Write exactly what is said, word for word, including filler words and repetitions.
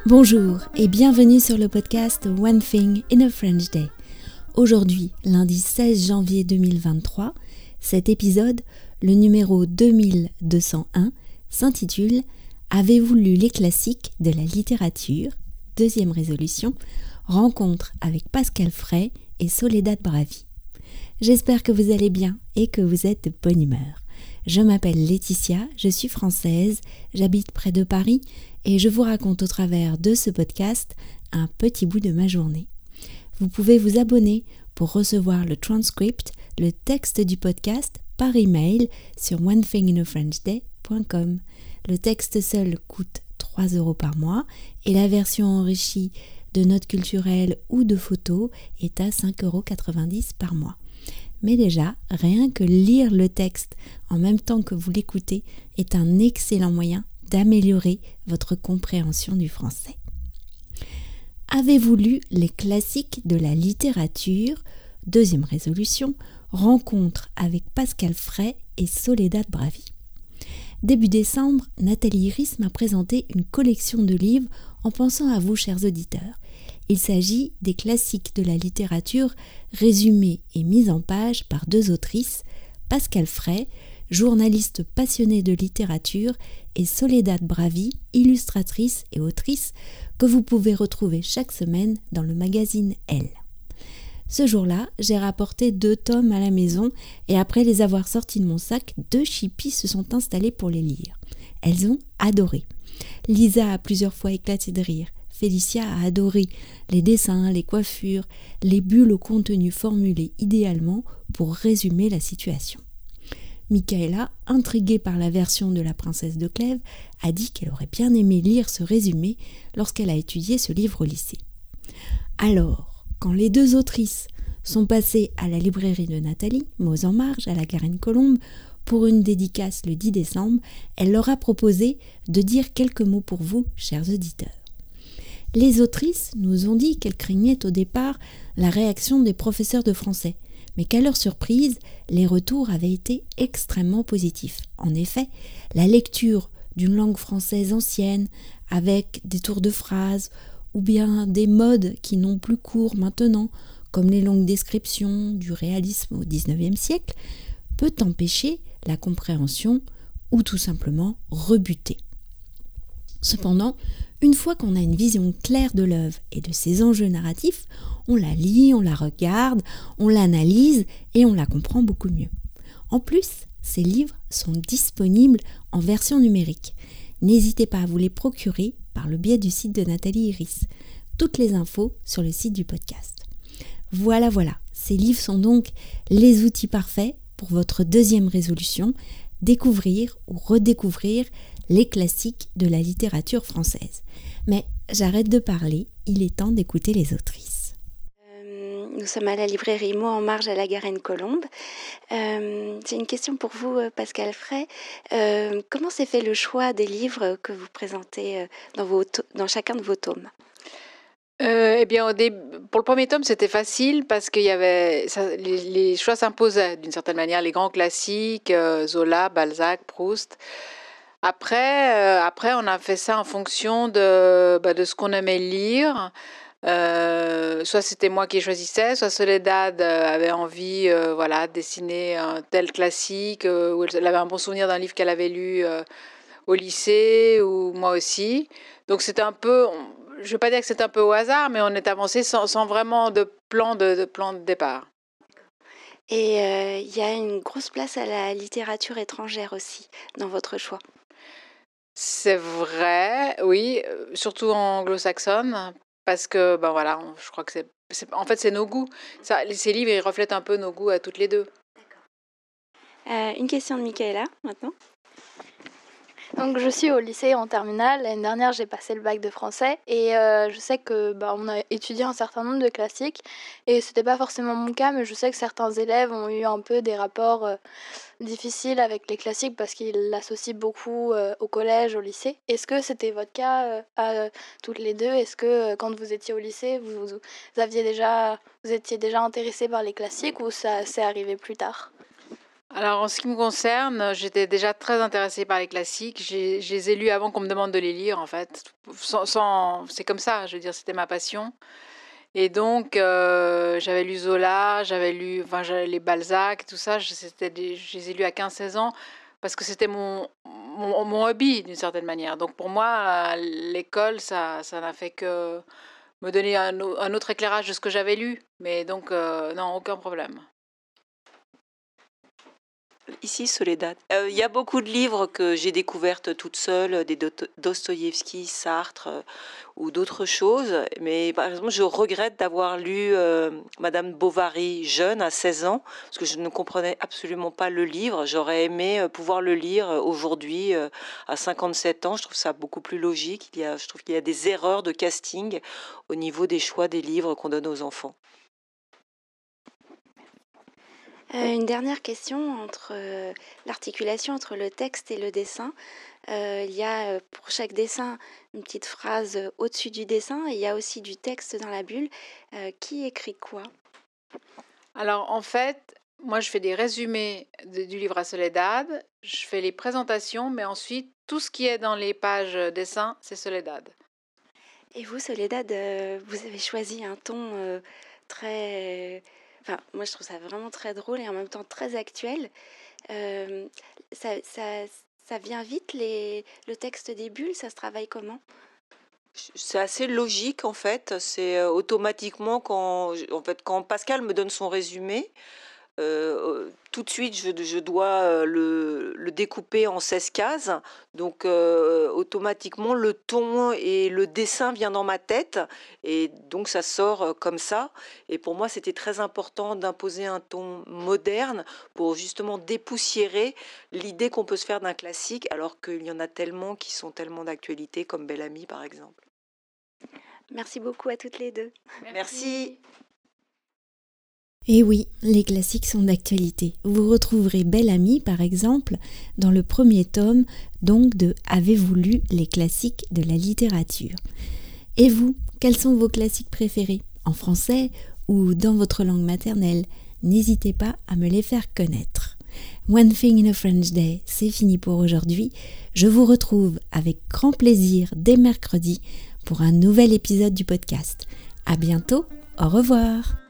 Bonjour et bienvenue sur le podcast One Thing in a French Day. Aujourd'hui, lundi seize janvier deux mille vingt-trois, cet épisode, le numéro deux mille deux cent un, s'intitule « Avez-vous lu les classiques de la littérature ?» Deuxième résolution, rencontre avec Pascal Fray et Soledad Bravi. J'espère que vous allez bien et que vous êtes de bonne humeur. Je m'appelle Laetitia, je suis française, j'habite près de Paris et je vous raconte au travers de ce podcast un petit bout de ma journée. Vous pouvez vous abonner pour recevoir le transcript, le texte du podcast par email sur one thing in a french day point com. Le texte seul coûte trois euros par mois et la version enrichie de notes culturelles ou de photos est à cinq euros quatre-vingt-dix par mois. Mais déjà, rien que lire le texte en même temps que vous l'écoutez est un excellent moyen d'améliorer votre compréhension du français. Avez-vous lu les classiques de la littérature ? Deuxième résolution, rencontre avec Pascal Fray et Soledad Bravi. Début décembre, Nathalie Iris m'a présenté une collection de livres en pensant à vous, chers auditeurs. Il s'agit des classiques de la littérature résumés et mis en page par deux autrices, Pascal Fray, journaliste passionnée de littérature, et Soledad Bravi, illustratrice et autrice, que vous pouvez retrouver chaque semaine dans le magazine Elle. Ce jour-là, j'ai rapporté deux tomes à la maison et après les avoir sortis de mon sac, deux chippies se sont installées pour les lire. Elles ont adoré. Lisa a plusieurs fois éclaté de rire. Félicia a adoré les dessins, les coiffures, les bulles au contenu formulé idéalement pour résumer la situation. Michaela, intriguée par la version de la princesse de Clèves, a dit qu'elle aurait bien aimé lire ce résumé lorsqu'elle a étudié ce livre au lycée. Alors, quand les deux autrices sont passées à la librairie de Nathalie, Mots en marge, à la Garenne-Colombe, pour une dédicace le dix décembre, elle leur a proposé de dire quelques mots pour vous, chers auditeurs. Les autrices nous ont dit qu'elles craignaient au départ la réaction des professeurs de français, mais qu'à leur surprise, les retours avaient été extrêmement positifs. En effet, la lecture d'une langue française ancienne, avec des tours de phrases, ou bien des modes qui n'ont plus cours maintenant, comme les longues descriptions du réalisme au dix-neuvième siècle, peut empêcher la compréhension ou tout simplement rebuter. Cependant, une fois qu'on a une vision claire de l'œuvre et de ses enjeux narratifs, on la lit, on la regarde, on l'analyse et on la comprend beaucoup mieux. En plus, ces livres sont disponibles en version numérique. N'hésitez pas à vous les procurer par le biais du site de Nathalie Iris. Toutes les infos sur le site du podcast. Voilà, voilà, ces livres sont donc les outils parfaits pour votre deuxième résolution, découvrir ou redécouvrir les classiques de la littérature française. Mais j'arrête de parler, il est temps d'écouter les autrices. Euh, nous sommes à la librairie Mots en marge à la Garenne-Colombe. Euh, j'ai une question pour vous, Pascal Fray. Euh, comment s'est fait le choix des livres que vous présentez dans, vos to- dans chacun de vos tomes ? Euh, eh bien, au début, pour le premier tome, c'était facile parce qu'il y avait ça, les, les choix s'imposaient d'une certaine manière, les grands classiques, euh, Zola, Balzac, Proust. Après, euh, après, on a fait ça en fonction de, bah, de ce qu'on aimait lire. Euh, soit c'était moi qui choisissais, soit Soledad euh, avait envie, euh, voilà, de dessiner un tel classique, euh, ou elle avait un bon souvenir d'un livre qu'elle avait lu euh, au lycée, ou moi aussi. Donc c'était un peu, je ne veux pas dire que c'était un peu au hasard, mais on est avancé sans, sans vraiment de plan de, de plan de départ. Et il euh, y a une grosse place à la littérature étrangère aussi dans votre choix. C'est vrai, oui, euh, surtout anglo-saxonne, parce que, ben voilà, je crois que c'est, c'est en fait, c'est nos goûts. Ça, ces livres, ils reflètent un peu nos goûts à toutes les deux. Euh, une question de Michaela, maintenant. Donc je suis au lycée en terminale. L'année dernière, j'ai passé le bac de français et euh, je sais que bah, on a étudié un certain nombre de classiques et c'était pas forcément mon cas, mais je sais que certains élèves ont eu un peu des rapports euh, difficiles avec les classiques parce qu'ils l'associent beaucoup euh, au collège, au lycée. Est-ce que c'était votre cas euh, à toutes les deux ? Est-ce que euh, quand vous étiez au lycée, vous, vous aviez déjà, vous étiez déjà intéressé par les classiques ou ça s'est arrivé plus tard ? Alors, en ce qui me concerne, j'étais déjà très intéressée par les classiques. J'ai, je les ai lus avant qu'on me demande de les lire, en fait. Sans, sans- c'est comme ça, je veux dire, c'était ma passion. Et donc, euh, j'avais lu Zola, j'avais lu enfin, j'avais les Balzac, tout ça. Je, c'était des- je les ai lus à quinze seize ans parce que c'était mon, mon, mon hobby, d'une certaine manière. Donc, pour moi, l'école, ça, ça n'a fait que me donner un, un autre éclairage de ce que j'avais lu. Mais donc, euh, non, aucun problème. Ici, Soledad. Euh, Il y a beaucoup de livres que j'ai découvertes toute seule, des Dot- Dostoïevski, Sartre euh, ou d'autres choses. Mais par exemple, je regrette d'avoir lu euh, Madame Bovary jeune, à seize ans, parce que je ne comprenais absolument pas le livre. J'aurais aimé euh, pouvoir le lire euh, aujourd'hui, euh, à cinquante-sept ans. Je trouve ça beaucoup plus logique. Il y a, je trouve qu'il y a des erreurs de casting au niveau des choix des livres qu'on donne aux enfants. Euh, une dernière question entre euh, l'articulation entre le texte et le dessin. Euh, il y a euh, pour chaque dessin une petite phrase euh, au-dessus du dessin et il y a aussi du texte dans la bulle. Euh, qui écrit quoi? Alors, en fait, moi, je fais des résumés de- du livre à Soledad, je fais les présentations, mais ensuite, tout ce qui est dans les pages euh, dessins, c'est Soledad. Et vous, Soledad, euh, vous avez choisi un ton euh, très... Enfin, moi, je trouve ça vraiment très drôle et en même temps très actuel. Euh, ça, ça, ça vient vite, les... le texte des bulles, ça se travaille comment? C'est assez logique en fait. C'est euh, automatiquement quand, en fait, quand Pascal me donne son résumé, euh, tout de suite je, je dois euh, le, le découper en seize cases. Donc euh, automatiquement le ton et le dessin vient dans ma tête et donc ça sort euh, comme ça. Et pour moi c'était très important d'imposer un ton moderne pour justement dépoussiérer l'idée qu'on peut se faire d'un classique alors qu'il y en a tellement qui sont tellement d'actualité comme Bel Ami par exemple. Merci beaucoup à toutes les deux. Merci. Et oui, les classiques sont d'actualité. Vous retrouverez Bel Ami, par exemple, dans le premier tome, donc de Avez-vous lu les classiques de la littérature? Et vous, quels sont vos classiques préférés, en français ou dans votre langue maternelle? N'hésitez pas à me les faire connaître. One Thing in a French Day, c'est fini pour aujourd'hui. Je vous retrouve avec grand plaisir dès mercredi pour un nouvel épisode du podcast. À bientôt, au revoir.